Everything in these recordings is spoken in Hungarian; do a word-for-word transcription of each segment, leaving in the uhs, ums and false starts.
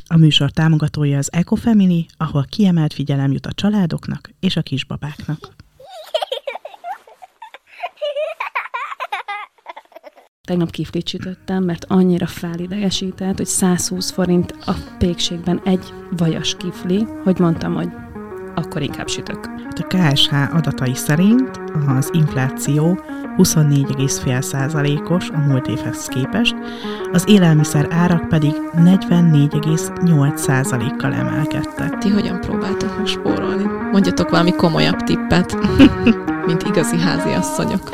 A műsor támogatója az Ecofamily, ahol kiemelt figyelem jut a családoknak és a kisbabáknak. Tegnap kiflit sütöttem, mert annyira felidegesített, hogy százhúsz forint a pékségben egy vajas kifli, hogy mondtam, hogy akkor inkább sütök. A ká es há adatai szerint az infláció huszonnégy egész öt tized százalékos a múlt évhez képest, az élelmiszer árak pedig negyvennégy egész nyolc százalékkal emelkedtek. Ti hogyan próbáltok most spórolni? Mondjatok valami komolyabb tippet, mint igazi háziasszonyok.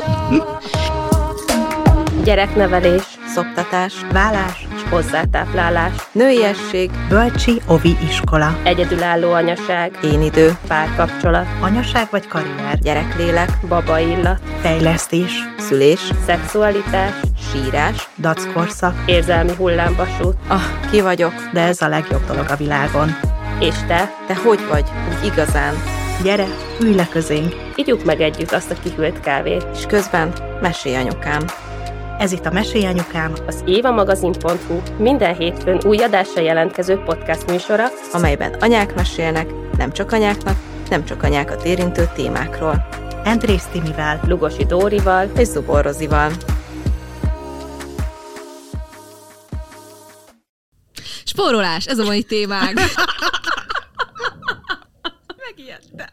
Gyereknevelés, szoptatás, vállás és hozzátáplálás, nőiesség, Bölcsi ovi iskola, egyedülálló anyaság, Én idő, párkapcsolat, anyaság vagy karrier, gyereklélek, babaillat, fejlesztés, szülés, szexualitás, sírás. dackorszak, érzelmi hullámvasút. Ah, ki vagyok? de ez a legjobb dolog a világon. És te? Te hogy vagy? Úgy igazán. Gyere, ülj le közénk! Igyuk meg együtt azt a kihűlt kávét. És közben mesélj anyukám. Ez itt a Mesélj Anyukám, Az évamagazin pont hu minden hétfőn új adásra jelentkező podcast műsora, Amelyben anyák mesélnek, nem csak anyáknak, nem csak anyákat érintő témákról. Andrész Timivel, Lugosi Dórival, És Zubor Rozival. Spórolás, ez a mai témánk. Megijedtem.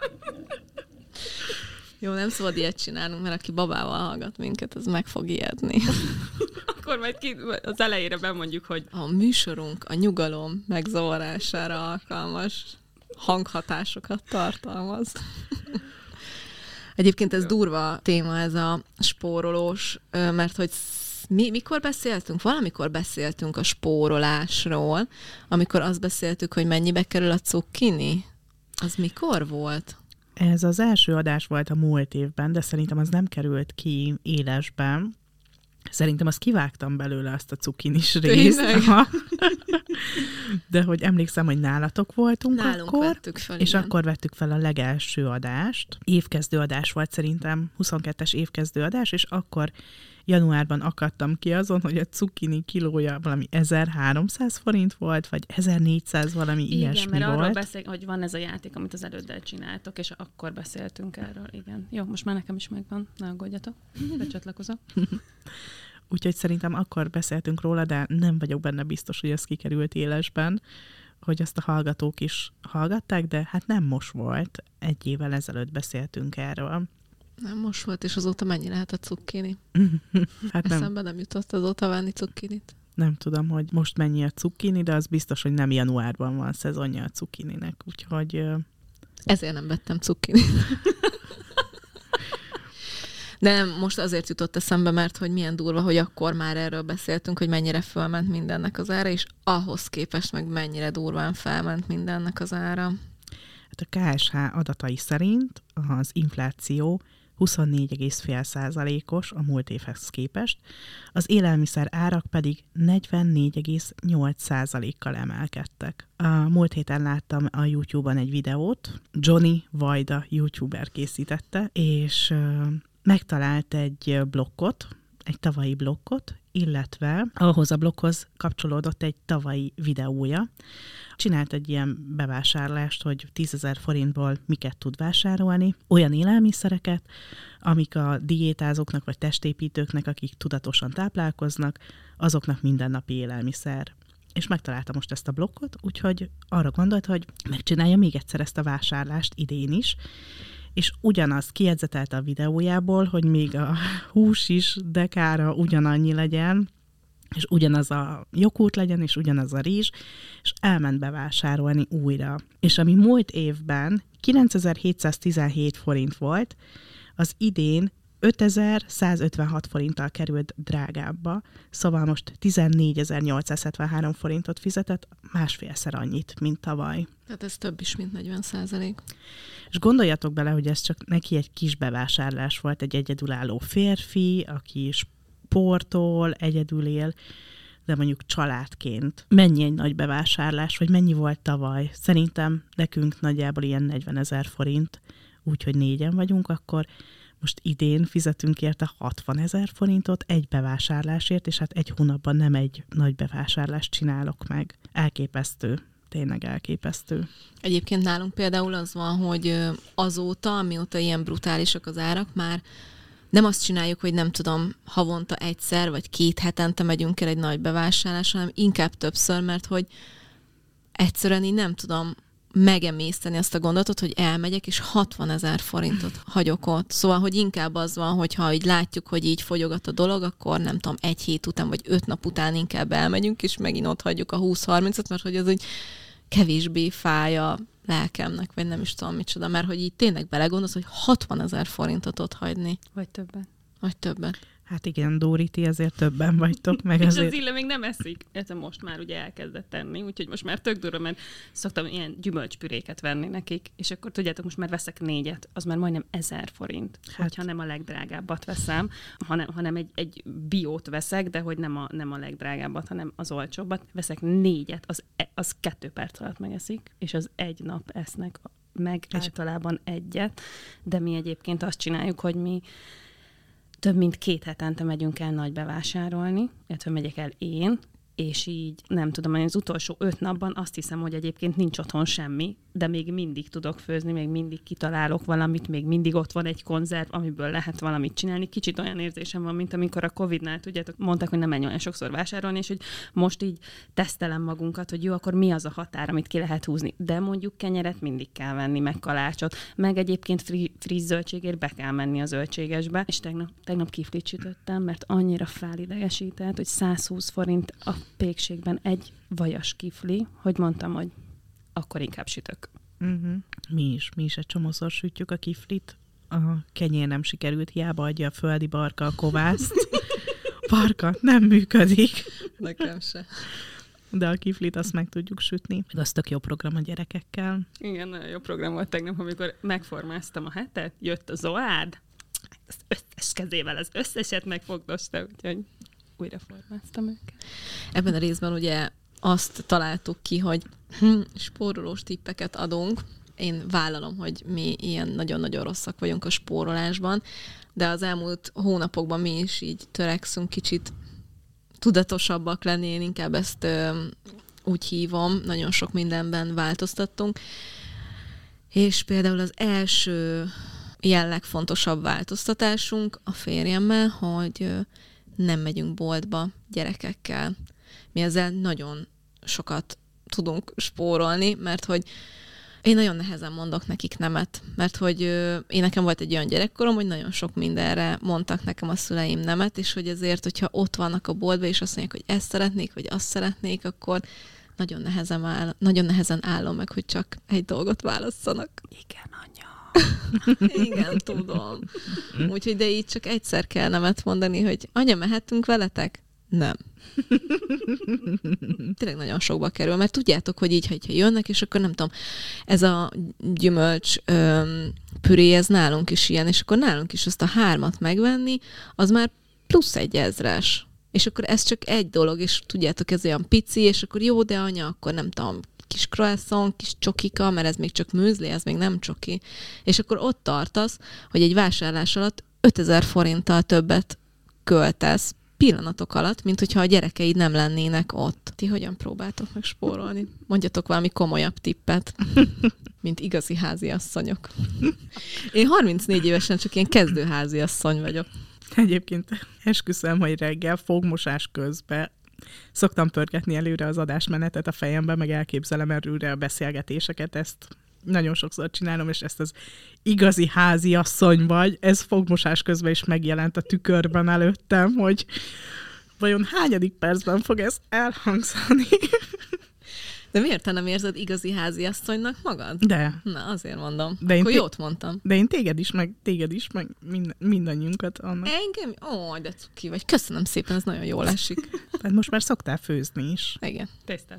Jó, nem szabad ilyet csinálnunk, mert aki babával hallgat minket, az meg fog ijedni. Akkor majd ki, az elejére bemondjuk, hogy A műsorunk a nyugalom megzavarására alkalmas hanghatásokat tartalmaz. Egyébként ez durva téma, ez a spórolós, mert hogy mi, mikor beszéltünk? Valamikor beszéltünk a spórolásról, amikor azt beszéltük, hogy mennyibe kerül a cukkini. Az mikor volt? Ez az első adás volt a múlt évben, de szerintem az nem került ki élesben. Szerintem azt kivágtam belőle, azt a cukinis részt. Aha. De hogy emlékszem, hogy nálatok voltunk Nálunk akkor, vettük fel, és igen. akkor vettük fel a legelső adást. Évkezdő adás volt szerintem, huszonkettes évkezdő adás, és akkor januárban akadtam ki azon, hogy a cukkini kilója valami ezerháromszáz forint volt, vagy ezernégyszáz, valami Igen, ilyesmi mert arról volt. beszél, hogy van ez a játék, amit az előddel csináltok, és akkor beszéltünk erről, igen. Jó, most már nekem is megvan, ne aggódjatok, becsatlakozok. Úgyhogy szerintem akkor beszéltünk róla, de nem vagyok benne biztos, hogy ez kikerült élesben, hogy azt a hallgatók is hallgatták, de hát nem most volt. Egy évvel ezelőtt beszéltünk erről. Nem most volt, és azóta mennyi lehet a cukkini? Hát nem, Eszembe nem jutott azóta venni cukkinit. nem tudom, hogy most mennyi a cukkini, de az biztos, hogy nem januárban van szezonja a cukkininek, úgyhogy... ö, Ezért nem vettem cukkinit. De most azért jutott eszembe, mert hogy milyen durva, hogy akkor már erről beszéltünk, hogy mennyire fölment mindennek az ára, és ahhoz képest meg mennyire durván felment mindennek az ára. Hát a ká es há adatai szerint az infláció huszonnégy egész öt tized százalékos a múlt évhez képest, az élelmiszer árak pedig negyvennégy egész nyolc százalékkal emelkedtek. A múlt héten láttam a YouTube-on egy videót, Johnny Vajda youtuber készítette, és ö, megtalált egy blokkot, egy tavalyi blokkot, illetve ahhoz a blokkhoz kapcsolódott egy tavalyi videója. Csinált egy ilyen bevásárlást, hogy tízezer forintból miket tud vásárolni, olyan élelmiszereket, amik a diétázóknak vagy testépítőknek, akik tudatosan táplálkoznak, azoknak mindennapi élelmiszer. És megtalálta most ezt a blokkot, úgyhogy arra gondolt, hogy megcsinálja még egyszer ezt a vásárlást idén is, és ugyanaz kijegyzetelte a videójából, hogy még a hús is dekára ugyanannyi legyen, és ugyanaz a joghurt legyen, és ugyanaz a rizs, és elment bevásárolni újra. És ami múlt évben kilencezer-hétszáztizenhét forint volt, az idén ötezer-százötvenhat forinttal került drágábbba, szóval most tizennégyezer-nyolcszázhetvenhárom forintot fizetett, másfélszer annyit, mint tavaly. Tehát ez több is, mint negyven százalék. És gondoljatok bele, hogy ez csak neki egy kis bevásárlás volt, egy egyedülálló férfi, aki sportol, egyedül él, de mondjuk családként. Mennyi egy nagy bevásárlás, vagy mennyi volt tavaly? Szerintem nekünk nagyjából ilyen negyvenezer forint, úgyhogy négyen vagyunk, akkor most idén fizetünk érte hatvanezer forintot egy bevásárlásért, és hát egy hónapban nem egy nagy bevásárlást csinálok meg. Elképesztő. tényleg elképesztő. Egyébként nálunk például az van, hogy azóta, amióta ilyen brutálisak az árak, már nem azt csináljuk, hogy nem tudom, havonta egyszer, vagy két hetente megyünk el egy nagy bevásárlásra, hanem inkább többször, mert hogy egyszerűen így nem tudom megemészteni azt a gondolatot, hogy elmegyek, és hatvanezer forintot hagyok ott. Szóval, hogy inkább az van, hogyha így látjuk, hogy így fogyogat a dolog, akkor nem tudom, egy hét után, vagy öt nap után inkább elmegyünk, és megint ott hagyjuk a húsz-harmincot, mert hogy az úgy kevésbé fáj a lelkemnek, vagy nem is tudom micsoda, mert hogy így tényleg belegondolsz, hogy hatvanezer forintot ott hagyni. Vagy többet. Vagy többet. Hát igen, Dóri, ti ezért többen vagytok, meg És azért... az Ille még nem eszik. Ez most már ugye elkezdett tenni, úgyhogy most már tök durva, mert szoktam ilyen gyümölcspüréket venni nekik, és akkor tudjátok, most már veszek négyet, az már majdnem ezer forint, hát. hogyha nem a legdrágábbat veszem, hanem, hanem egy, egy biót veszek, de hogy nem a, nem a legdrágábbat, hanem az olcsóbbat. Veszek négyet, az, az kettő perc alatt megeszik, és az egy nap esznek meg és általában egyet, de mi egyébként azt csináljuk, hogy mi több mint két hetente megyünk el nagy bevásárolni, illetve megyek el én, és így nem tudom, az utolsó öt napban azt hiszem, hogy egyébként nincs otthon semmi, de még mindig tudok főzni, még mindig kitalálok valamit, még mindig ott van egy konzerv, amiből lehet valamit csinálni. Kicsit olyan érzésem van, mint amikor a Covidnál, tudjátok, mondták, hogy nem menj olyan sokszor vásárolni, és hogy most így tesztelem magunkat, hogy jó, akkor mi az a határ, amit ki lehet húzni. De mondjuk kenyeret mindig kell venni, meg kalácsot, meg egyébként fri- friss zöldségért be kell menni a zöldségesbe. És tegnap, tegnap kiflit sütöttem, mert annyira felidegesített, hogy százhúsz forint a pékségben egy vajas kifli, hogy mondtam, hogy akkor inkább sütök. Uh-huh. Mi is, mi is egy csomószor sütjük a kiflit. A kenyér nem sikerült, hiába adja a földi barka a kovászt. Barka nem működik. Nekem se. De a kiflit azt meg tudjuk sütni. Az tök jó program a gyerekekkel. Igen, nagyon jó program volt tegnap, amikor megformáztam a hetet, jött a Zoárd, az összes kezével az összeset megfogdosta, úgyhogy újra formáztam őket. Ebben a részben ugye azt találtuk ki, hogy hm, spórolós tippeket adunk. Én vállalom, hogy mi ilyen nagyon-nagyon rosszak vagyunk a spórolásban, de az elmúlt hónapokban mi is így törekszünk kicsit tudatosabbak lenni, én inkább ezt ö, úgy hívom, nagyon sok mindenben változtattunk. És például az első ilyen legfontosabb változtatásunk a férjemmel, hogy ö, nem megyünk boltba gyerekekkel. Mi ezzel nagyon sokat tudunk spórolni, mert hogy én nagyon nehezen mondok nekik nemet, mert hogy ö, én nekem volt egy olyan gyerekkorom, hogy nagyon sok mindenre mondtak nekem a szüleim nemet, és hogy ezért, hogyha ott vannak a boltban, és azt mondják, hogy ezt szeretnék, vagy azt szeretnék, akkor nagyon nehezen, áll, nagyon nehezen állom meg, hogy csak egy dolgot válasszanak. Igen, anya. Igen, tudom. Úgyhogy de így csak egyszer kell nemet mondani, hogy anya, mehetünk veletek? Nem. Tényleg nagyon sokba kerül, mert tudjátok, hogy így, ha jönnek, és akkor nem tudom, ez a gyümölcs öm, püré, ez nálunk is ilyen, és akkor nálunk is azt a hármat megvenni, az már plusz egy ezres. És akkor ez csak egy dolog, és tudjátok, ez olyan pici, és akkor jó, de anya, akkor nem tudom, kis croissant, kis csokika, mert ez még csak műzli, ez még nem csoki. És akkor ott tartasz, hogy egy vásárlás alatt ötezer forinttal többet költesz pillanatok alatt, mint hogyha a gyerekeid nem lennének ott. Ti hogyan próbáltok meg spórolni? Mondjatok valami komolyabb tippet, mint igazi háziasszonyok. Én harmincnégy évesen csak ilyen kezdő háziasszony vagyok. Egyébként esküszöm, hogy reggel fogmosás közben szoktam pörgetni előre az adásmenetet a fejembe, meg elképzelem előre a beszélgetéseket, ezt nagyon sokszor csinálom, és ezt az igazi háziasszony vagy, ez fogmosás közben is megjelent a tükörben előttem, hogy vajon hányadik percben fog ez elhangzani? De miért te nem érzed igazi háziasszonynak magad? De. Na, azért mondom. De Akkor té- jót mondtam. De én téged is, meg téged is, meg mind- mindannyiunkat annak. Engem? Ó, de cuki vagy. Köszönöm szépen, ez nagyon jól esik. Tehát most már szoktál főzni is. Igen. Tészta.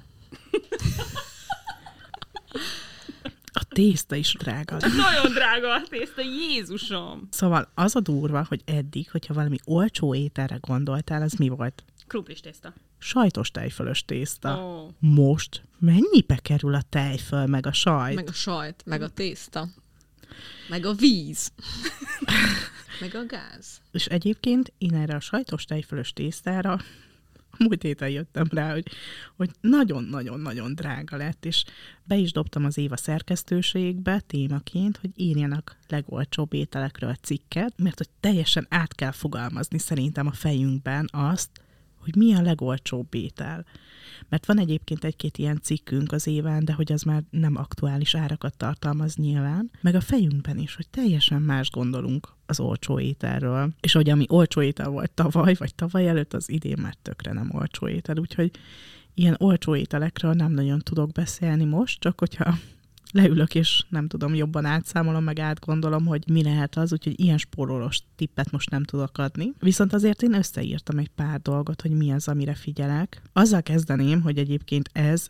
A tészta is drága. Nagyon drága a tészta, Jézusom! Szóval az a durva, hogy eddig, hogyha valami olcsó ételre gondoltál, az mi volt? Krumplis tészta. Sajtos tejfölös tészta. Oh. Most mennyibe kerül a tejföl, meg a sajt? Meg a sajt, meg a tészta, meg a víz, meg a gáz. És egyébként én erre a sajtos tejfölös tésztára múlt héten jöttem rá, hogy, hogy nagyon-nagyon-nagyon drága lett, és be is dobtam az Éva szerkesztőségbe témaként, hogy írjanak legolcsóbb ételekről cikket, mert hogy teljesen át kell fogalmazni szerintem a fejünkben azt, hogy mi a legolcsóbb étel. Mert van egyébként egy-két ilyen cikkünk az Éván, de hogy az már nem aktuális árakat tartalmaz nyilván, meg a fejünkben is, hogy teljesen más gondolunk az olcsó ételről. És hogy ami olcsó étel volt tavaly, vagy tavaly előtt, az idén már tökre nem olcsó étel. Úgyhogy ilyen olcsó ételekről nem nagyon tudok beszélni most, csak hogyha leülök, és nem tudom, jobban átszámolom, meg átgondolom, hogy mi lehet az, úgyhogy ilyen spórolós tippet most nem tudok adni. Viszont azért én összeírtam egy pár dolgot, hogy mi az, amire figyelek. Azzal kezdeném, hogy egyébként ez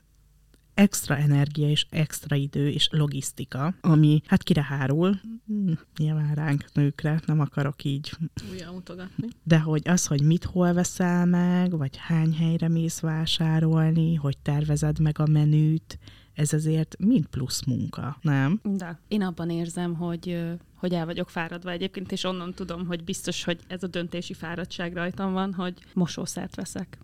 extra energia és extra idő és logisztika, ami hát kire hárul, nyilván ránk nőkre, nem akarok így újra mutogatni. De hogy az, hogy mit hol veszel meg, vagy hány helyre mész vásárolni, hogy tervezed meg a menüt, ez azért mind plusz munka, nem? De én abban érzem, hogy, hogy el vagyok fáradva egyébként, és onnan tudom, hogy biztos, hogy ez a döntési fáradtság rajtam van, hogy mosószert veszek.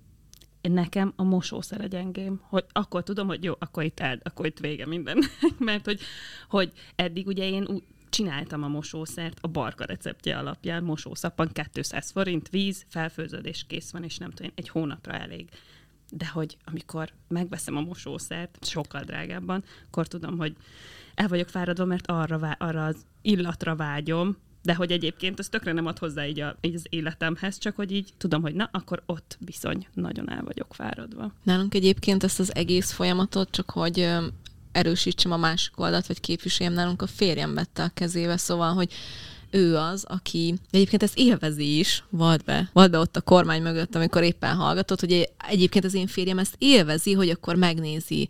Nekem a mosószer a gyengém, hogy akkor tudom, hogy jó, akkor itt, el, akkor itt vége minden. Mert hogy, hogy eddig ugye én úgy csináltam a mosószert a Barka receptje alapján, mosószappan kétszáz forint, víz, felfőzöd és kész van, és nem tudom, egy hónapra elég. De hogy amikor megveszem a mosószert, sokkal drágábban, akkor tudom, hogy el vagyok fáradva, mert arra, arra az illatra vágyom, de hogy egyébként az tökre nem ad hozzá így, a, így az életemhez, csak hogy így tudom, hogy na, akkor ott bizony nagyon el vagyok fáradva. Nálunk egyébként ezt az egész folyamatot, csak hogy erősítsem a másik oldalt, vagy képviseljem, nálunk a férjem vette a kezébe, szóval, hogy ő az, aki egyébként ezt élvezi is, vald be, vald be ott a kormány mögött, amikor éppen hallgatott, hogy egyébként az én férjem ezt élvezi, hogy akkor megnézi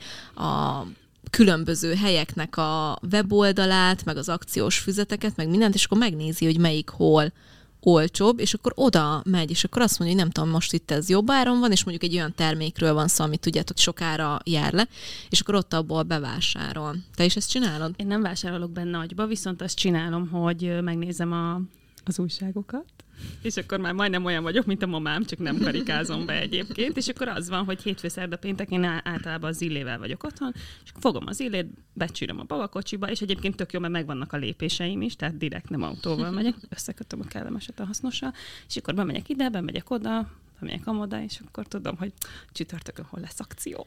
a különböző helyeknek a weboldalát, meg az akciós füzeteket, meg mindent, és akkor megnézi, hogy melyik hol olcsóbb, és akkor oda megy, és akkor azt mondja, hogy nem tudom, most itt ez jobb áron van, és mondjuk egy olyan termékről van szó, amit tudjátok, sokára jár le, és akkor ott abból bevásárol. Te is ezt csinálod? Én nem vásárolok benne nagyba, viszont azt csinálom, hogy megnézem a, az újságokat, és akkor már majdnem olyan vagyok, mint a mamám, csak nem karikázom be egyébként, és akkor az van, hogy hétfő, szerda, péntek én általában az Illével vagyok otthon, és fogom az Illét, becsírom a babakocsiba, és egyébként tök jó, mert megvannak a lépéseim is, tehát direkt nem autóval megyek, összekötöm a kellemeset a hasznossal, és akkor bemegyek ide, bemegyek oda, bemegyek amoda, és akkor tudom, hogy csütörtökön hol lesz akció.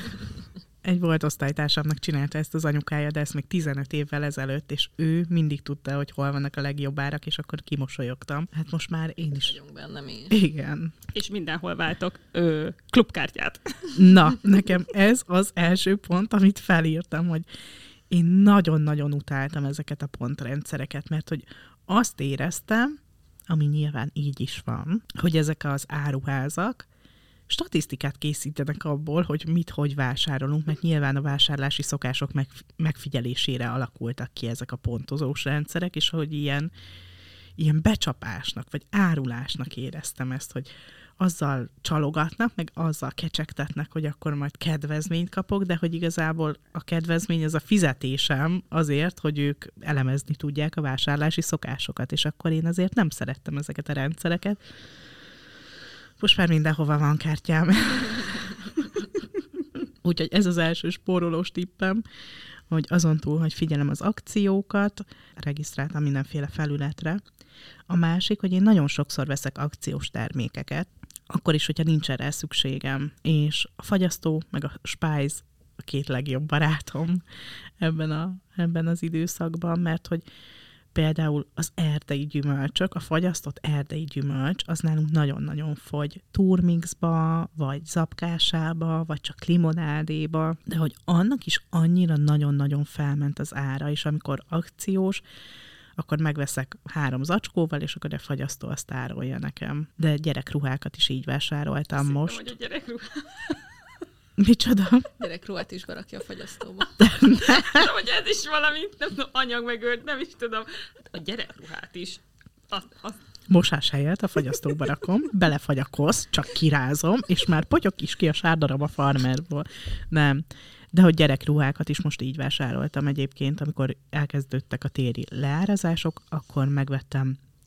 Egy volt osztálytársamnak csinálta ezt az anyukája, de ezt még tizenöt évvel ezelőtt, és ő mindig tudta, hogy hol vannak a legjobb árak, és akkor kimosolyogtam. Hát most már én is. Vagyunk benne mi. Igen. És mindenhol váltok ö, klubkártyát. Na, nekem ez az első pont, amit felírtam, hogy én nagyon-nagyon utáltam ezeket a pontrendszereket, mert hogy azt éreztem, ami nyilván így is van, hogy ezek az áruházak statisztikát készítenek abból, hogy mit, hogy vásárolunk, mert nyilván a vásárlási szokások meg, megfigyelésére alakultak ki ezek a pontozós rendszerek, és hogy ilyen, ilyen becsapásnak, vagy árulásnak éreztem ezt, hogy azzal csalogatnak, meg azzal kecsegtetnek, hogy akkor majd kedvezményt kapok, de hogy igazából a kedvezmény az a fizetésem azért, hogy ők elemezni tudják a vásárlási szokásokat, és akkor én azért nem szerettem ezeket a rendszereket. Most már mindenhova van kártyám. Úgyhogy ez az első spórolós tippem, hogy azon túl, hogy figyelem az akciókat, regisztráltam mindenféle felületre. A másik, hogy én nagyon sokszor veszek akciós termékeket, akkor is, hogyha nincs erre szükségem. És a fagyasztó, meg a Spice a két legjobb barátom ebben, a, ebben az időszakban, mert hogy például az erdei gyümölcsök, a fagyasztott erdei gyümölcs, az nálunk nagyon-nagyon fogy turmixba, vagy zapkásába, vagy csak limonádéba, de hogy annak is annyira nagyon-nagyon felment az ára, és amikor akciós, akkor megveszek három zacskóval, és akkor a fagyasztó azt árulja nekem. De gyerekruhákat is így vásároltam Szépen, most. hogy a gyerekruhá... Micsoda? Gyerekruhát is berakja a fagyasztóba. De, hogy ez is valami, nem tudom, anyag megölt, nem is tudom. A gyerekruhát is. Azt, azt... Mosás helyett a fagyasztóba rakom, belefagy a kosz, csak kirázom, és már potyog is ki a sárdarab a farmerból. Nem. De hogy gyerekruhákat is most így vásároltam egyébként, amikor elkezdődtek a téli leárazások, akkor megvettem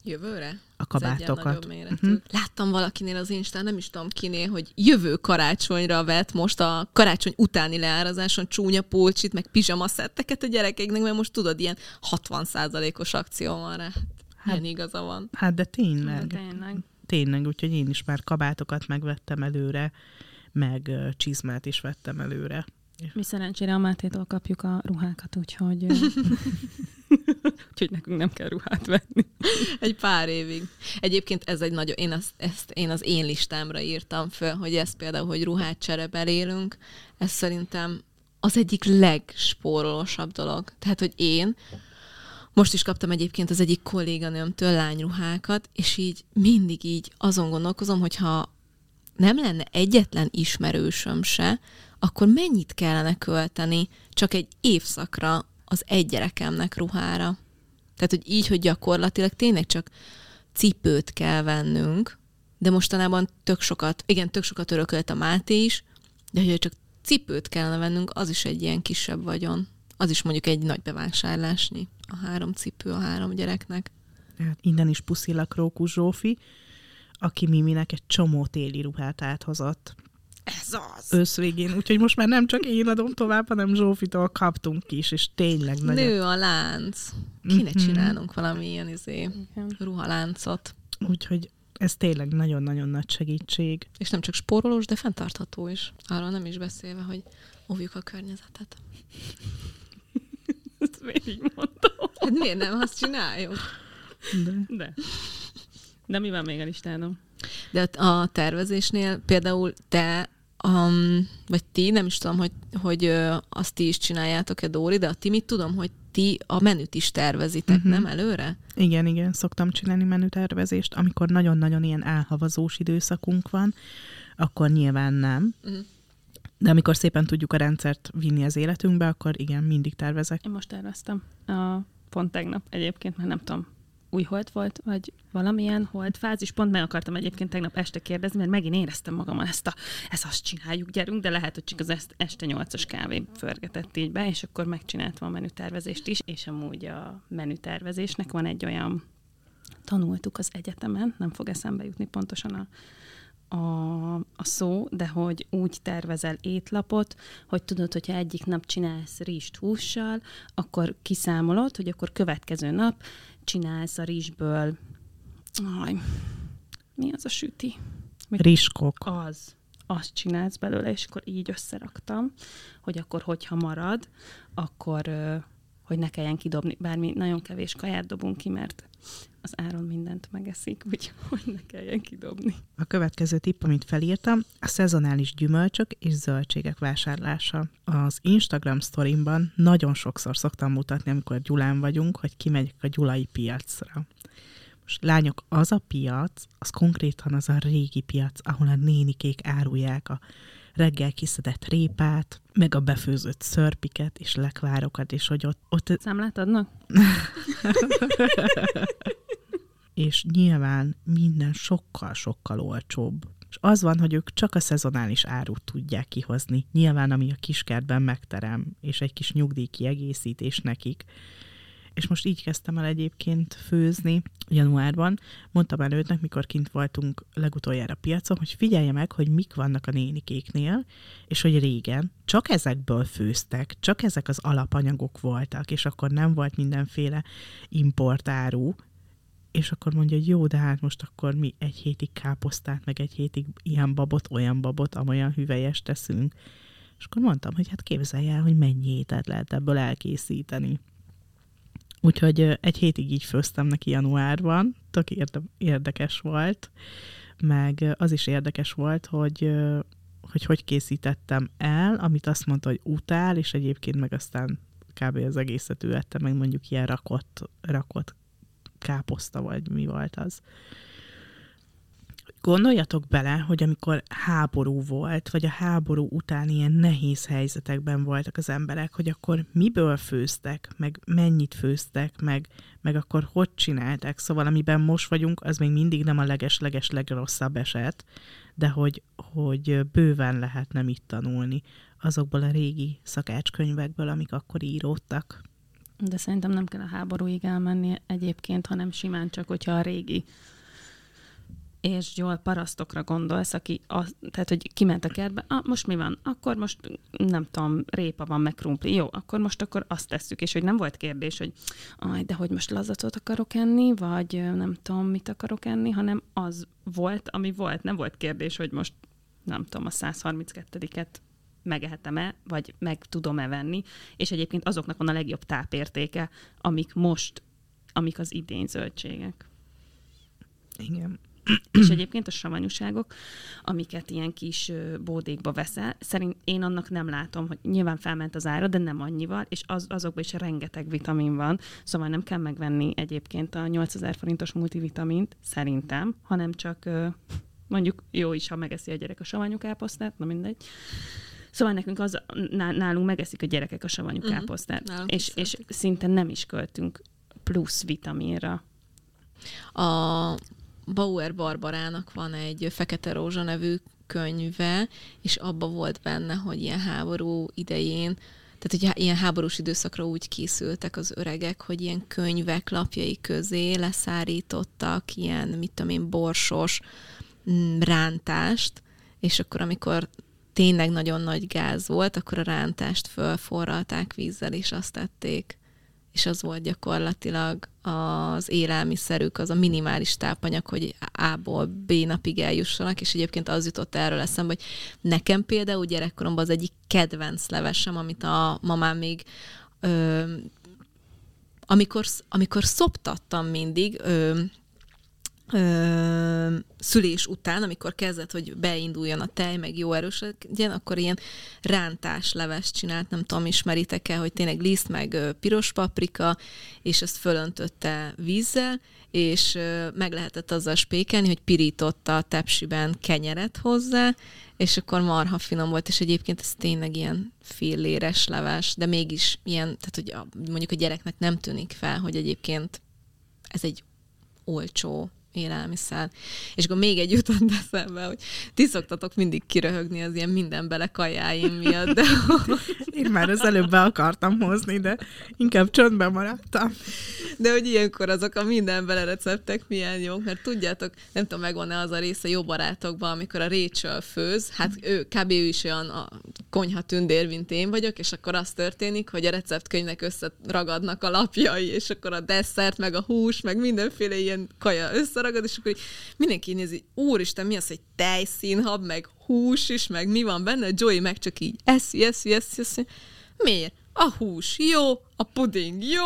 Jövőre? A kabátokat. Uh-huh. Láttam valakinél az Instán, nem is tudom kinél, hogy jövő karácsonyra vett most a karácsony utáni leárazáson csúnya pulcsit, meg pizsamaszetteket a gyerekeknek, mert most tudod, ilyen hatvan százalékos akció van rá. Hát, ilyen igaza van. Hát de tényleg. De tényleg. Tényleg, úgyhogy én is már kabátokat megvettem előre, meg uh, csizmát is vettem előre. Mi szerencsére a Mátétól kapjuk a ruhákat, úgyhogy... úgyhogy nekünk nem kell ruhát venni. Egy pár évig. Egyébként ez egy nagyon... Én, azt, ezt, én az én listámra írtam föl, hogy ez például, hogy ruhát cserebelélünk, ez szerintem az egyik legspórolósabb dolog. Tehát, hogy én most is kaptam egyébként az egyik kolléganőmtől lányruhákat, és így mindig így azon gondolkozom, hogyha nem lenne egyetlen ismerősöm se, akkor mennyit kellene költeni csak egy évszakra az egy gyerekemnek ruhára. Tehát, hogy így, hogy gyakorlatilag tényleg csak cipőt kell vennünk, de mostanában tök sokat, igen, tök sokat örökölt a Máté is, de hogy csak cipőt kellene vennünk, az is egy ilyen kisebb vagyon. Az is mondjuk egy nagy bevásárlásnyi. A három cipő a három gyereknek. Hát innen is puszilak Rókus Zsófi, aki Miminek egy csomó téli ruhát áthozott. Ez az! Ősz végén, úgyhogy most már nem csak én adom tovább, hanem Zsófitól kaptunk is, és tényleg nagyon... Nő a lánc. Kéne Mm-hmm. csinálnunk valami ilyen izé, ruhaláncot. Úgyhogy ez tényleg nagyon-nagyon nagy segítség. És nem csak spórolós, de fenntartható is. Arról nem is beszélve, hogy óvjuk a környezetet. Ezt miért így mondtam? Hát miért nem azt csináljuk? De... De. De mi van még a listánom? De a tervezésnél például te, um, vagy ti, nem is tudom, hogy, hogy ö, azt ti is csináljátok-e, Dóri, de a Timit tudom, hogy ti a menüt is tervezitek, uh-huh. nem előre? Igen, igen, szoktam csinálni menütervezést. Amikor nagyon-nagyon ilyen elhavazós időszakunk van, akkor nyilván nem. Uh-huh. De amikor szépen tudjuk a rendszert vinni az életünkbe, akkor igen, mindig tervezek. Én most terveztem. A, pont tegnap egyébként, mert nem tudom, új hold volt, vagy valamilyen holdfázis. Pont meg akartam egyébként tegnap este kérdezni, mert megint éreztem magamon ezt a, ezt azt csináljuk, gyerünk, de lehet, hogy csak az este nyolcas kávé förgetett így be, és akkor megcsináltam a menütervezést is, és amúgy a menütervezésnek van egy olyan, tanultuk az egyetemen, nem fog eszembe jutni pontosan a A, a szó, de hogy úgy tervezel étlapot, hogy tudod, hogyha egyik nap csinálsz rizst hússal, akkor kiszámolod, hogy akkor következő nap csinálsz a rizsből, aj, mi az a süti? Mit? Rizskok. Az. Azt csinálsz belőle, és akkor így összeraktam, hogy akkor, hogyha marad, akkor, hogy ne kelljen kidobni, bár mi nagyon kevés kaját dobunk ki, mert az Áron mindent megeszik, úgyhogy ne kelljen kidobni. A következő tipp, amit felírtam, a szezonális gyümölcsök és zöldségek vásárlása. Az Instagram sztorimban nagyon sokszor szoktam mutatni, amikor Gyulán vagyunk, hogy kimegyek a gyulai piacra. Most lányok, az a piac, az konkrétan az a régi piac, ahol a nénikék árulják a reggel kiszedett répát, meg a befőzött szörpiket és lekvárokat, és hogy ott... ott... Számlát adnak? És nyilván minden sokkal-sokkal olcsóbb. És az van, hogy ők csak a szezonális árut tudják kihozni. Nyilván, ami a kiskertben megterem, és egy kis nyugdíjkiegészítés nekik. És most így kezdtem el egyébként főzni januárban. Mondtam előttnek, mikor kint voltunk legutoljára piacon, hogy figyelje meg, hogy mik vannak a nénikéknél, és hogy régen csak ezekből főztek, csak ezek az alapanyagok voltak, és akkor nem volt mindenféle importáru, és akkor mondja, hogy jó, de hát most akkor mi egy hétig káposztát, meg egy hétig ilyen babot, olyan babot, amolyan hüvelyest teszünk. És akkor mondtam, hogy hát képzelj el, hogy mennyi ételt lehet ebből elkészíteni. Úgyhogy egy hétig így főztem neki januárban, tök érde- érdekes volt, meg az is érdekes volt, hogy, hogy hogy készítettem el, amit azt mondta, hogy utál, és egyébként meg aztán kb. Az egészet ő ette, meg mondjuk ilyen rakott, rakott káposzta, vagy mi volt az. Gondoljatok bele, hogy amikor háború volt, vagy a háború után ilyen nehéz helyzetekben voltak az emberek, hogy akkor miből főztek, meg mennyit főztek, meg, meg akkor hogy csinálták. Szóval amiben most vagyunk, az még mindig nem a leges-leges legrosszabb eset, de hogy, hogy bőven lehetne mit tanulni azokból a régi szakácskönyvekből, amik akkor íródtak. De szerintem nem kell a háborúig elmenni egyébként, hanem simán csak, hogyha a régi és jól parasztokra gondolsz, aki az, tehát, hogy kiment a kertbe, ah, most mi van? Akkor most, nem tudom, répa van, meg krumpli. Jó, akkor most akkor azt tesszük, és hogy nem volt kérdés, hogy aj, de hogy most lazacot akarok enni, vagy nem tudom, mit akarok enni, hanem az volt, ami volt. Nem volt kérdés, hogy most, nem tudom, a száz harminckettőt megehetem-e, vagy meg tudom-e venni, és egyébként azoknak van a legjobb tápértéke, amik most, amik az idény zöldségek. Igen. És egyébként a savanyúságok, amiket ilyen kis bódékba veszel, szerint én annak nem látom, hogy nyilván felment az ára, de nem annyival, és az, azokban is rengeteg vitamin van, szóval nem kell megvenni egyébként a nyolcezer forintos multivitamint, szerintem, hanem csak mondjuk jó is, ha megeszi a gyerek a savanyúkáposztát, na mindegy. Szóval nekünk az, nálunk megeszik a gyerekek a savanyúkáposztát, uh-huh. és, és szinte nem is költünk plusz vitaminra. A Bauer Barbarának van egy Fekete Rózsa nevű könyve, és abba volt benne, hogy ilyen háború idején, tehát hogy ilyen háborús időszakra úgy készültek az öregek, hogy ilyen könyvek lapjai közé leszárítottak ilyen, mit tudom én, borsos rántást, és akkor amikor tényleg nagyon nagy gáz volt, akkor a rántást fölforralták vízzel, és azt tették. És az volt gyakorlatilag az élelmiszerük, az a minimális tápanyag, hogy A-ból B napig eljussanak, és egyébként az jutott erről eszembe, hogy nekem például gyerekkoromban az egyik kedvenc levesem, amit a mamám még ö, amikor, amikor szoptattam mindig, ö, Ö, szülés után, amikor kezdett, hogy beinduljon a tej, meg jó erős legyen, akkor ilyen rántáslevest csinált, nem tudom, ismeritek-e, hogy tényleg liszt, meg ö, piros paprika, és ezt fölöntötte vízzel, és ö, meg lehetett azzal spékelni, hogy pirította a tepsiben kenyeret hozzá, és akkor marha finom volt, és egyébként ez tényleg ilyen filléres leves, de mégis ilyen, tehát hogy a, mondjuk a gyereknek nem tűnik fel, hogy egyébként ez egy olcsó élelmiszer. És akkor még egy jutott eszembe, hogy ti szoktatok mindig kiröhögni az ilyen mindenbele kajáim miatt, de... Én már az előbb be akartam hozni, de inkább csöndben maradtam. De hogy ilyenkor azok a mindenbele receptek milyen jók, mert tudjátok, nem tudom, megvan-e az a része Jó barátokban, amikor a Rachel főz, hát ő, kb. Ő is olyan a konyha tündér, mint én vagyok, és akkor az történik, hogy a receptkönyvnek összeragadnak a lapjai, és akkor a desszert, meg a hús, meg mindenféle ilyen kaja összeragad, és akkor mindenki nézi, úristen, mi az, hogy tejszínhab, meg hús is, meg mi van benne, Joey meg csak így eszi, eszi, eszi, eszi. Miért? A hús jó, a puding jó.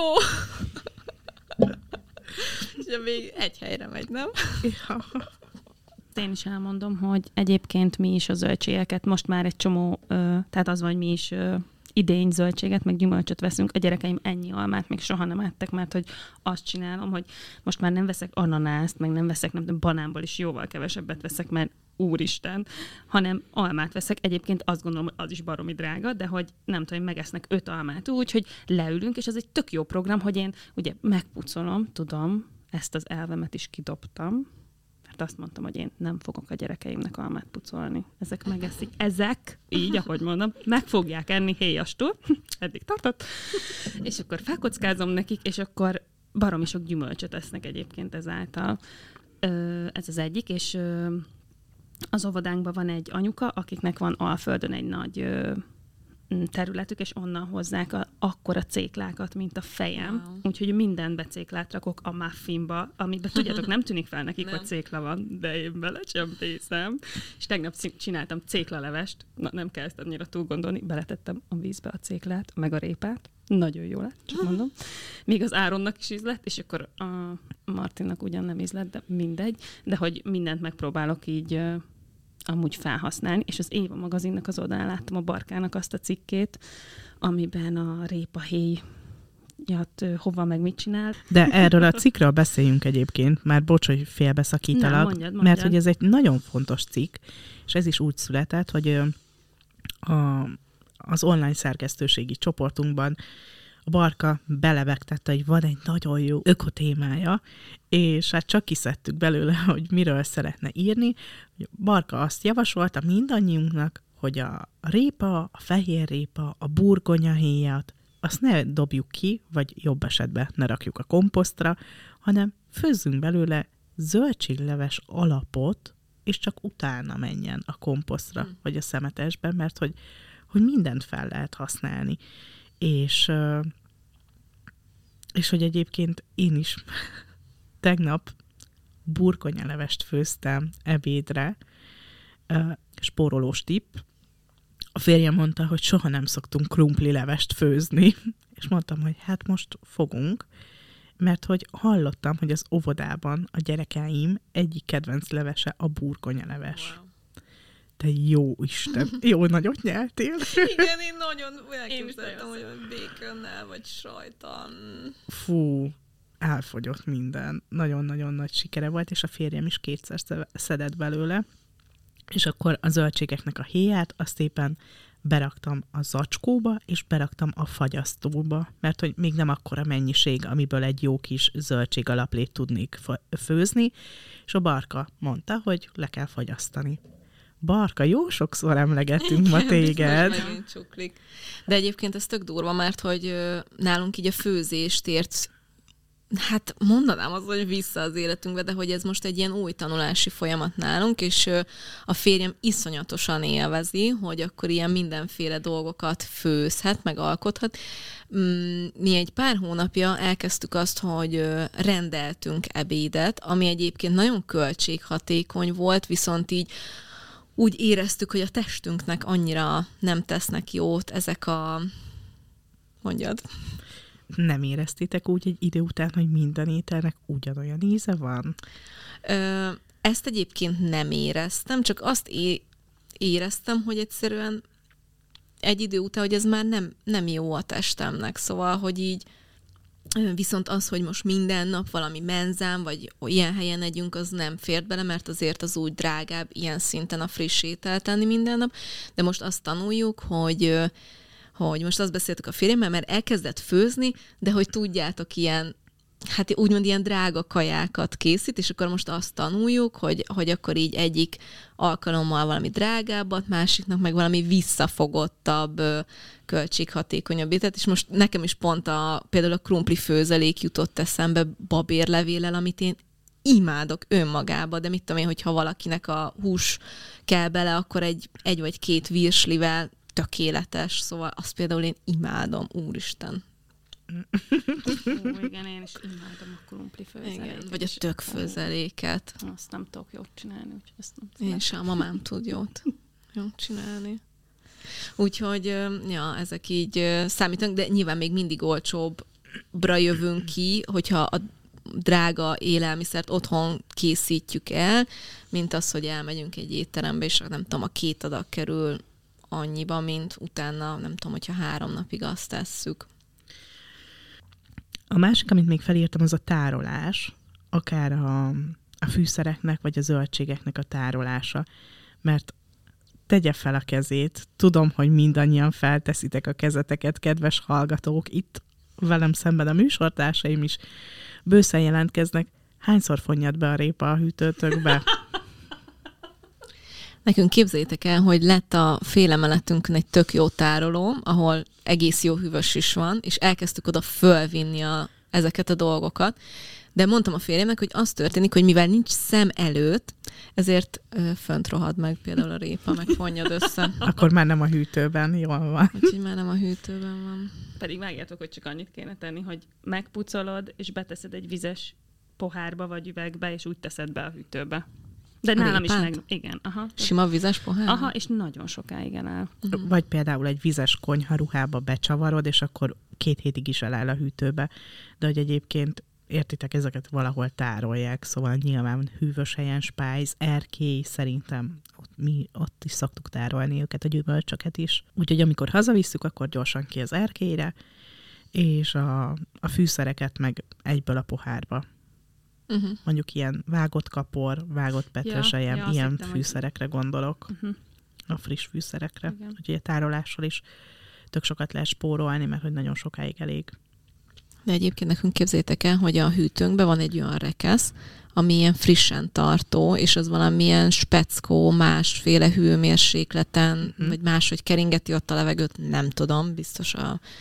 És még egy helyre megy, nem? Ja. Én is elmondom, hogy egyébként mi is a zöldségeket most már egy csomó, ö, tehát az, hogy mi is ö, idény zöldséget, meg gyümölcsöt veszünk. A gyerekeim ennyi almát még soha nem ettek, mert hogy azt csinálom, hogy most már nem veszek ananászt, meg nem veszek, nem tudom, banánból is jóval kevesebbet veszek, mert úristen, hanem almát veszek. Egyébként azt gondolom, hogy az is baromi drága, de hogy nem tudom, megesznek öt almát úgy, hogy leülünk, és ez egy tök jó program, hogy én ugye megpucolom, tudom, ezt az elvemet is kidobtam, mert azt mondtam, hogy én nem fogok a gyerekeimnek almát pucolni. Ezek megeszik. Ezek, így, ahogy mondom, meg fogják enni héjastul. Eddig tartott. És akkor felkockázom nekik, és akkor baromi sok gyümölcsöt esznek egyébként ezáltal. Ez az egyik, és az óvodánkban van egy anyuka, akiknek van Alföldön egy nagy területük, és onnan hozzák a, akkora céklákat, mint a fejem. Wow. Úgyhogy minden becéklát rakok a muffinba, amiben tudjátok, nem tűnik fel nekik, nem. Hogy cékla van, de én belecsempészem. És tegnap csináltam céklalevest, na nem kell ezt annyira túl gondolni, beletettem a vízbe a céklát, meg a répát. Nagyon jó lett, csak mondom. Még az Áronnak is ízlett, és akkor a Martinnak ugyan nem ízlett, de mindegy. De hogy mindent megpróbálok így amúgy felhasználni, és az Éva magazinnak az oldalán láttam a Barkának azt a cikkét, amiben a répahéj jat, hova meg mit csinál. De erről a cikkről beszéljünk egyébként, már bocs, hogy félbeszakítalak, Na, mondjad, mondjad. mert hogy ez egy nagyon fontos cikk, és ez is úgy született, hogy a, az online szerkesztőségi csoportunkban a Barka belevegtette, hogy van egy nagyon jó ökotémája, és hát csak kiszedtük belőle, hogy miről szeretne írni. Barka azt javasolta mindannyiunknak, hogy a répa, a fehér répa, a burgonyahéjat azt ne dobjuk ki, vagy jobb esetben ne rakjuk a komposztra, hanem főzzünk belőle zöldségleves alapot, és csak utána menjen a komposztra, hmm. vagy a szemetesbe, mert hogy, hogy mindent fel lehet használni. És, és hogy egyébként én is tegnap burgonyalevest főztem ebédre, spórolós tipp. A férjem mondta, hogy soha nem szoktunk krumplilevest főzni, és mondtam, hogy hát most fogunk, mert hogy hallottam, hogy az óvodában a gyerekeim egyik kedvenc levese a burgonyaleves. Wow. Te jó Isten, jó nagyot nyertél. Igen, én nagyon elképzeltem, hogy békönnel vagy sajtan. Fú, elfogyott minden. Nagyon-nagyon nagy sikere volt, és a férjem is kétszer szedett belőle. És akkor a zöldségeknek a héját azt éppen beraktam a zacskóba, és beraktam a fagyasztóba, mert hogy még nem akkora mennyiség, amiből egy jó kis zöldség alaplét tudnék főzni, és a Barka mondta, hogy le kell fagyasztani. Barka, jó sokszor emlegetünk ma téged. De egyébként ez tök durva, mert hogy nálunk így a főzést ért, hát mondanám az, hogy vissza az életünkbe, de hogy ez most egy ilyen új tanulási folyamat nálunk, és a férjem iszonyatosan élvezi, hogy akkor ilyen mindenféle dolgokat főzhet, meg alkothat. Mi egy pár hónapja elkezdtük azt, hogy rendeltünk ebédet, ami egyébként nagyon költséghatékony volt, viszont így úgy éreztük, hogy a testünknek annyira nem tesznek jót ezek a... Mondjad... Nem éreztétek úgy egy idő után, hogy minden ételnek ugyanolyan íze van? Ö, ezt egyébként nem éreztem, csak azt é- éreztem, hogy egyszerűen egy idő után, hogy ez már nem, nem jó a testemnek. Szóval, hogy így viszont az, hogy most minden nap valami menzán, vagy ilyen helyen együnk, az nem fért bele, mert azért az úgy drágább ilyen szinten a friss ételt tenni minden nap. De most azt tanuljuk, hogy hogy most azt beszéltük a férjemmel, mert elkezdett főzni, de hogy tudjátok, ilyen, hát úgymond ilyen drága kajákat készít, és akkor most azt tanuljuk, hogy, hogy akkor így egyik alkalommal valami drágábbat, másiknak meg valami visszafogottabb, költséghatékonyabb ételt, és most nekem is pont a, például a krumpli főzelék jutott eszembe babérlevéllel, amit én imádok önmagába, de mit tudom én, hogyha valakinek a hús kell bele, akkor egy, egy vagy két virslivel tökéletes, szóval azt például én imádom, úristen. Ó, igen, én is imádom a krumpli főzeléket. Vagy a tök főzeléket. Azt nem tudok jót csinálni, úgyhogy ezt nem Én sem, a mamám tud jót, jót csinálni. Úgyhogy, ja, ezek így számítanak, de nyilván még mindig olcsóbbra jövünk ki, hogyha a drága élelmiszert otthon készítjük el, mint az, hogy elmegyünk egy étterembe, és nem tudom, a két adag kerül annyiba, mint utána, nem tudom, hogyha három napig azt tesszük. A másik, amit még felírtam, az a tárolás, akár a, a fűszereknek, vagy a zöldségeknek a tárolása, mert tegye fel a kezét. Tudom, hogy mindannyian felteszitek a kezeteket, kedves hallgatók, itt velem szemben a műsortársaim is bőszen jelentkeznek. Hányszor fonjad be a répa a hűtőtökbe? Nekünk képzeljétek el, hogy lett a félemeletünkön egy tök jó tároló, ahol egész jó hűvös is van, és elkezdtük oda fölvinni a, ezeket a dolgokat. De mondtam a férjemnek, hogy az történik, hogy mivel nincs szem előtt, ezért ö, fönt rohad meg például a répa, meg fonnyad össze. Akkor már nem a hűtőben, jól van. Úgyhogy már nem a hűtőben van. Pedig vágjátok, hogy csak annyit kéne tenni, hogy megpucolod, és beteszed egy vizes pohárba vagy üvegbe, és úgy teszed be a hűtőbe. De nálam is meg... Igen, aha. Sima vizes pohár? Aha, és nagyon sokáig eláll. Uh-huh. Vagy például egy vizes konyharuhába becsavarod, és akkor két hétig is eláll a hűtőbe. De hogy egyébként értitek, ezeket valahol tárolják, szóval nyilván hűvös helyen, spájz, erkély, szerintem ott, mi ott is szoktuk tárolni őket, a gyümölcsöket is. Úgyhogy amikor hazavisszük, akkor gyorsan ki az erkélyre, és a, a fűszereket meg egyből a pohárba. Uh-huh. Mondjuk ilyen vágott kapor, vágott petrezselyem, ja, ja, ilyen hittem, fűszerekre hogy... gondolok. Uh-huh. A friss fűszerekre. Igen. Úgyhogy a tárolással is tök sokat lehet spórolni, mert hogy nagyon sokáig elég. De egyébként nekünk képzeljétek el, hogy a hűtőnkben van egy olyan rekesz, ami ilyen frissen tartó, és az valamilyen speckó, másféle hőmérsékleten, uh-huh. vagy máshogy keringeti ott a levegőt, nem tudom, biztos a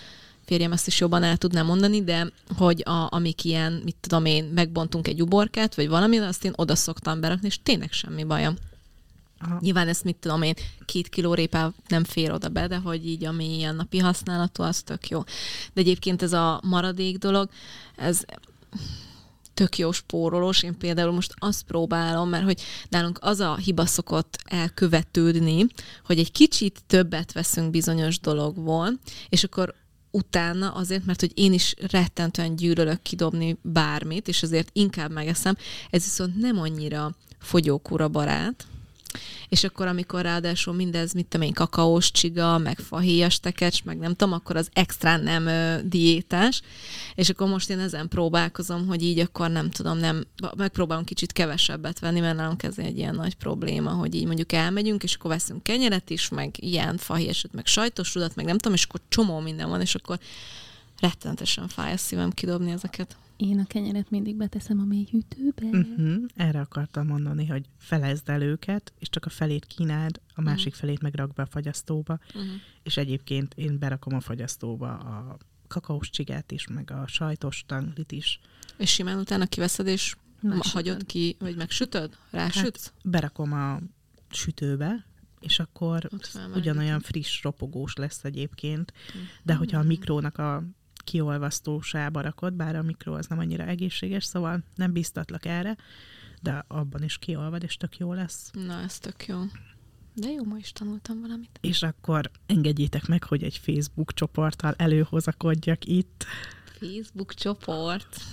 férjem ezt is jobban el tudná mondani, de hogy a, amik ilyen, mit tudom én, megbontunk egy uborkát, vagy valami, azt én oda szoktam berakni, és tényleg semmi bajom. Aha. Nyilván ezt, mit tudom én, két kiló répa nem fér oda be, de hogy így ami ilyen napi használatú, az tök jó. De egyébként ez a maradék dolog, ez tök jó spórolós. Én például most azt próbálom, mert hogy nálunk az a hiba szokott elkövetődni, hogy egy kicsit többet veszünk bizonyos dologból, és akkor utána azért, mert hogy én is rettentően gyűlölök kidobni bármit, és azért inkább megeszem, ez viszont nem annyira fogyókúra barát, és akkor, amikor ráadásul mindez, mit tudom én, kakaós csiga, meg fahéjas tekecs, meg nem tudom, akkor az extrán nem ö, diétás, és akkor most én ezen próbálkozom, hogy így akkor nem tudom, nem, megpróbálunk kicsit kevesebbet venni, mert nálunk ez egy ilyen nagy probléma, hogy így mondjuk elmegyünk, és akkor veszünk kenyeret is, meg ilyen fahéjasot, meg sajtos rudat, meg nem tudom, és akkor csomó minden van, és akkor rettenetesen fáj a szívem kidobni ezeket. Én a kenyeret mindig beteszem a mély hűtőbe. Uh-huh. Erre akartam mondani, hogy felezd el őket, és csak a felét kínáld, a másik uh-huh. felét meg rak be a fagyasztóba, uh-huh. és egyébként én berakom a fagyasztóba a kakaós csigát is, meg a sajtos tanglit is. És simán utána kiveszed, és megsütöd. Hagyod ki, vagy megsütöd? Rásütsz? Hát berakom a sütőbe, és akkor ugyanolyan friss, ropogós lesz egyébként, uh-huh. de hogyha a mikrónak a kiolvasztósába rakod, bár a mikro az nem annyira egészséges, szóval nem bíztatlak erre, de abban is kiolvad, és tök jó lesz. Na, ez tök jó. De jó, ma is tanultam valamit. És akkor engedjétek meg, hogy egy Facebook csoporttal előhozakodjak itt. Facebook csoport?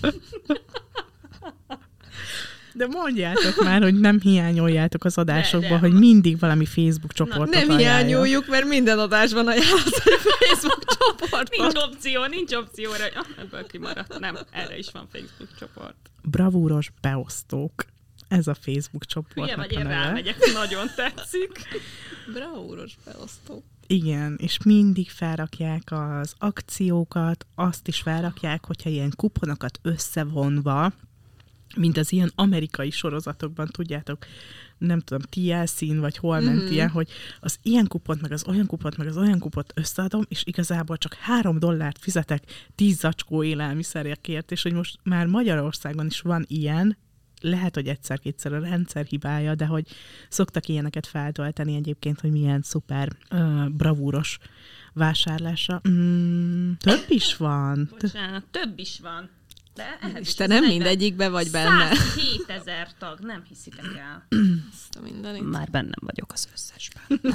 De mondjátok már, hogy nem hiányoljátok az adásokba, de, de. hogy mindig valami Facebook csoportot Na, nem ajánlja. hiányoljuk, mert minden adásban ajánlott egy Facebook csoport. Nincs opció, nincs opcióra. Ja, ebből kimaradt. Nem, erre is van Facebook csoport. Bravúros beosztók. Ez a Facebook csoport. Hülye vagy, én rámegyek, nagyon tetszik. Bravúros beosztók. Igen, és mindig felrakják az akciókat, azt is felrakják, hogyha ilyen kuponokat összevonva, mint az ilyen amerikai sorozatokban, tudjátok, nem tudom, té el cé-n, vagy hol ment mm-hmm. ilyen, hogy az ilyen kupont, meg az olyan kupont, meg az olyan kupont összeadom, és igazából csak három dollárt fizetek tíz zacskó élelmiszerekért, és hogy most már Magyarországon is van ilyen, lehet, hogy egyszer-kétszer a rendszer hibája, de hogy szoktak ilyeneket feltölteni egyébként, hogy milyen szuper uh, bravúros vásárlása. Mm, több is van. Bocsánat, több is van. De és te nem mindegyikbe vagy benne. százhétezer tag, nem hiszitek el. Azt a mindenit. Már bennem vagyok az összesben.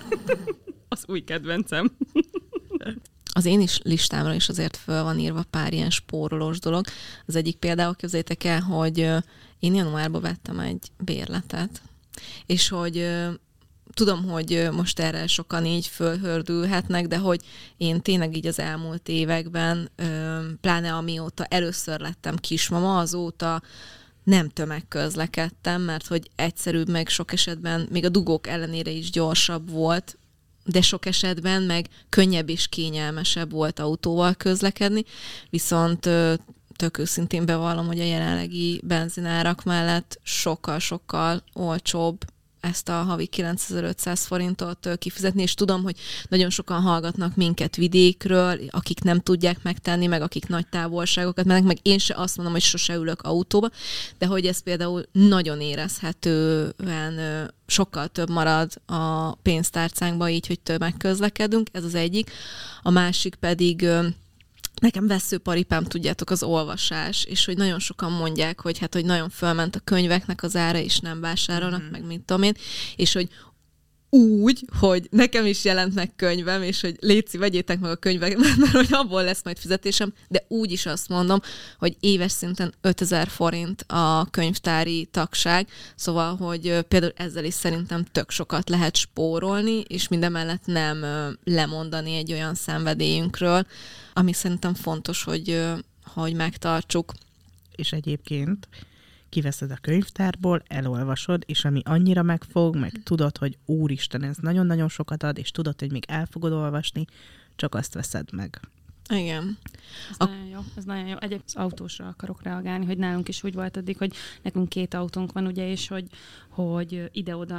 Az új kedvencem. Az én is listámra is azért föl van írva pár ilyen spórolós dolog. Az egyik például, képzeljétek el, hogy én januárban vettem egy bérletet, és hogy tudom, hogy most erre sokan így fölhördülhetnek, de hogy én tényleg így az elmúlt években, pláne amióta először lettem kismama, azóta nem tömegközlekedtem, mert hogy egyszerűbb, meg sok esetben még a dugók ellenére is gyorsabb volt, de sok esetben meg könnyebb és kényelmesebb volt autóval közlekedni, viszont tök őszintén bevallom, hogy a jelenlegi benzinárak mellett sokkal-sokkal olcsóbb ezt a havi kilencezer-ötszáz forintot kifizetni, és tudom, hogy nagyon sokan hallgatnak minket vidékről, akik nem tudják megtenni, meg akik nagy távolságokat mennek, meg én se azt mondom, hogy sose ülök autóba, de hogy ez például nagyon érezhetően sokkal több marad a pénztárcánkba, így, hogy tömegközlekedünk, ez az egyik. A másik pedig nekem veszőparipám, tudjátok, az olvasás, és hogy nagyon sokan mondják, hogy hát, hogy nagyon fölment a könyveknek az ára, és nem vásárolnak, mm-hmm. meg mint tudom én, és hogy úgy, hogy nekem is jelent meg könyvem, és hogy léci, vegyétek meg a könyveket, mert hogy abból lesz majd fizetésem, de úgy is azt mondom, hogy éves szinten ötezer forint a könyvtári tagság, szóval, hogy például ezzel is szerintem tök sokat lehet spórolni, és mindemellett nem lemondani egy olyan szenvedélyünkről, ami szerintem fontos, hogy, hogy megtartsuk. És egyébként kiveszed a könyvtárból, elolvasod, és ami annyira megfog, meg tudod, hogy úristen, ez nagyon-nagyon sokat ad, és tudod, hogy még el fogod olvasni, csak azt veszed meg. Igen. Ez a... nagyon jó, ez nagyon jó. Egyébként az autósra akarok reagálni, hogy nálunk is úgy volt eddig, hogy nekünk két autónk van, ugye, és hogy, hogy ide-oda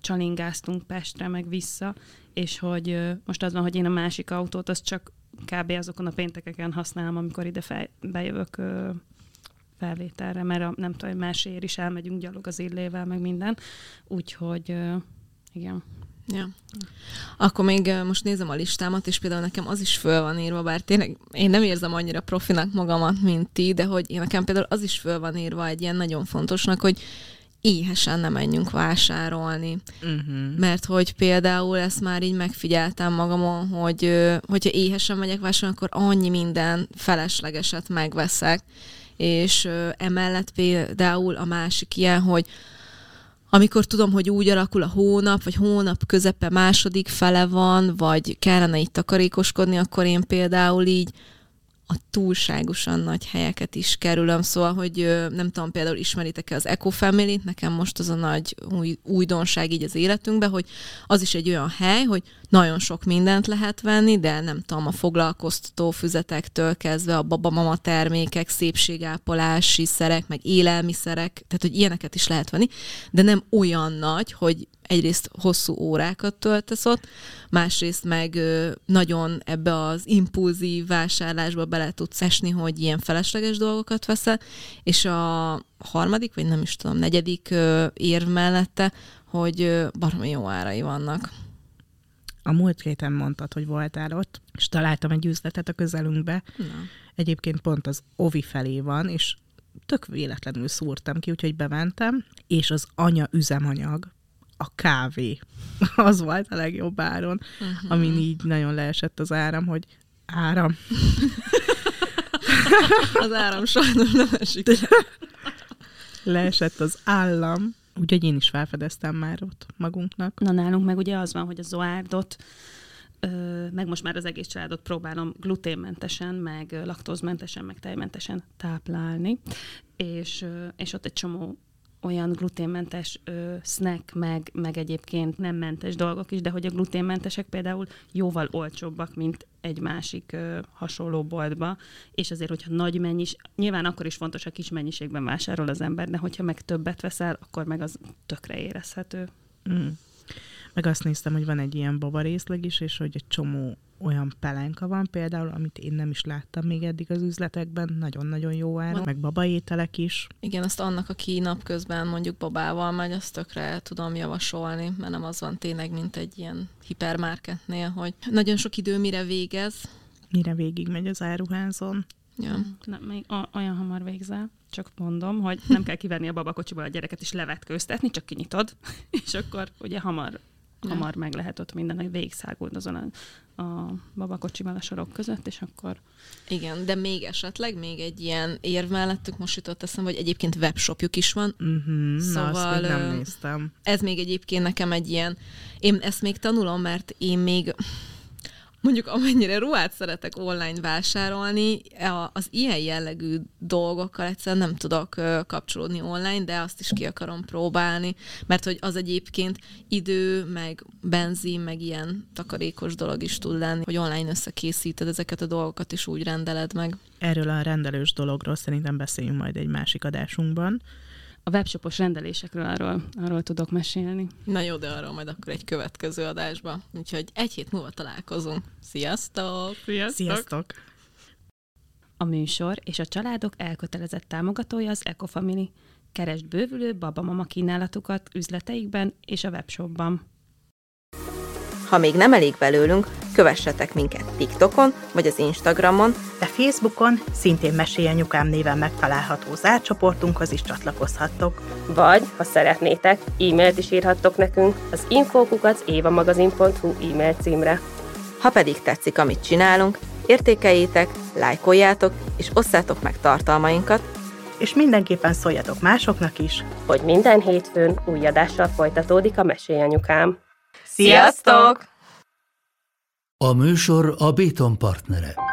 csalingáztunk Pestre, meg vissza, és hogy ö, most az van, hogy én a másik autót, az csak kb. Azokon a péntekeken használom, amikor ide fel, bejövök ö, felvételre, mert a, nem tudom, másért is elmegyünk gyalog az Illével, meg minden. Úgyhogy ö, igen. Ja. Akkor még most nézem a listámat, és például nekem az is föl van írva, bár tényleg én nem érzem annyira profinak magamat, mint ti, de hogy én nekem például az is föl van írva egy ilyen nagyon fontosnak, hogy éhesen nem menjünk vásárolni. Uh-huh. Mert hogy például ezt már így megfigyeltem magamon, hogy hogyha éhesen megyek vásárolni, akkor annyi minden feleslegeset megveszek. És emellett például a másik ilyen, hogy amikor tudom, hogy úgy alakul a hónap, vagy hónap közepe második fele van, vagy kellene itt takarékoskodni, akkor én például így a túlságosan nagy helyeket is kerülöm. Szóval, hogy nem tudom, például ismeritek-e az Eco Family-t, nekem most az a nagy új, újdonság így az életünkben, hogy az is egy olyan hely, hogy nagyon sok mindent lehet venni, de nem tudom, a foglalkoztató füzetektől kezdve a babamama termékek, szépségápolási szerek, meg élelmiszerek, tehát hogy ilyeneket is lehet venni, de nem olyan nagy, hogy egyrészt hosszú órákat töltesz ott, másrészt meg nagyon ebbe az impulzív vásárlásba bele tudsz esni, hogy ilyen felesleges dolgokat veszel, és a harmadik, vagy nem is tudom, negyedik érv mellette, hogy baromi jó árai vannak. A múlt héten mondtad, hogy voltál ott, és találtam egy üzletet a közelünkbe. Na. Egyébként pont az Ovi felé van, és tök véletlenül szúrtam ki, úgyhogy bementem, és az anya üzemanyag, a kávé, az volt a legjobb áron, uh-huh. amin így nagyon leesett az áram, hogy áram. Az áram sajnos nem esik. Leesett az állam, úgyhogy én is felfedeztem már ott magunknak. Na nálunk meg ugye az van, hogy a Zoárdot, ö, meg most már az egész családot próbálom gluténmentesen, meg laktózmentesen, meg tejmentesen táplálni, és, ö, és ott egy csomó olyan gluténmentes ö, snack, meg, meg egyébként nem mentes dolgok is, de hogy a gluténmentesek például jóval olcsóbbak, mint egy másik ö, hasonló boltba, és azért, hogyha nagy mennyis, nyilván akkor is fontos, ha kis mennyiségben vásárol az ember, de hogyha meg többet veszel, akkor meg az tökre érezhető. Mm. Meg azt néztem, hogy van egy ilyen babarészleg is, és hogy egy csomó olyan pelenka van például, amit én nem is láttam még eddig az üzletekben, nagyon-nagyon jó áron, meg babaételek is. Igen, azt annak, aki napközben mondjuk babával megy, azt tökre tudom javasolni, mert nem az van tényleg, mint egy ilyen hipermarketnél, hogy nagyon sok idő mire végez. Mire végig megy az áruházon. Ja. Na, még olyan hamar végzel. Csak mondom, hogy nem kell kivenni a babakocsiból a gyereket és levetkőztetni, csak kinyitod, és akkor ugye hamar hamar meg lehet ott minden, hogy végigszáguld azon a, a babakocsival a sorok között, és akkor... Igen, de még esetleg, még egy ilyen érv mellettük most jutott eszembe, hogy egyébként webshopjuk is van. Uh-huh, szóval na, azt még nem néztem. Ez még egyébként nekem egy ilyen... Én ezt még tanulom, mert én még... Mondjuk amennyire ruhát szeretek online vásárolni, az ilyen jellegű dolgokkal egyszerűen nem tudok kapcsolódni online, de azt is ki akarom próbálni, mert hogy az egyébként idő, meg benzin, meg ilyen takarékos dolog is tud lenni, hogy online összekészíted ezeket a dolgokat, és úgy rendeled meg. Erről a rendelős dologról szerintem beszéljünk majd egy másik adásunkban. A webshopos rendelésekről arról, arról tudok mesélni. Na jó, de arról majd akkor egy következő adásban. Úgyhogy egy hét múlva találkozunk. Sziasztok! Sziasztok! Sziasztok. A műsor és a családok elkötelezett támogatója az Eco Family. Keresd bővülő babamama kínálatukat üzleteikben és a webshopban. Ha még nem elég belőlünk, kövessetek minket TikTokon vagy az Instagramon, de Facebookon szintén Mesélj Anyukám néven megtalálható zárcsoportunkhoz is csatlakozhattok. Vagy, ha szeretnétek, e-mailt is írhattok nekünk az info kukac évamagazin pont hu e-mail címre. Ha pedig tetszik, amit csinálunk, értékeljétek, lájkoljátok és osszátok meg tartalmainkat, és mindenképpen szóljatok másoknak is, hogy minden hétfőn új adással folytatódik a Mesélj Anyukám. Sziasztok! A műsor a Béton partnere.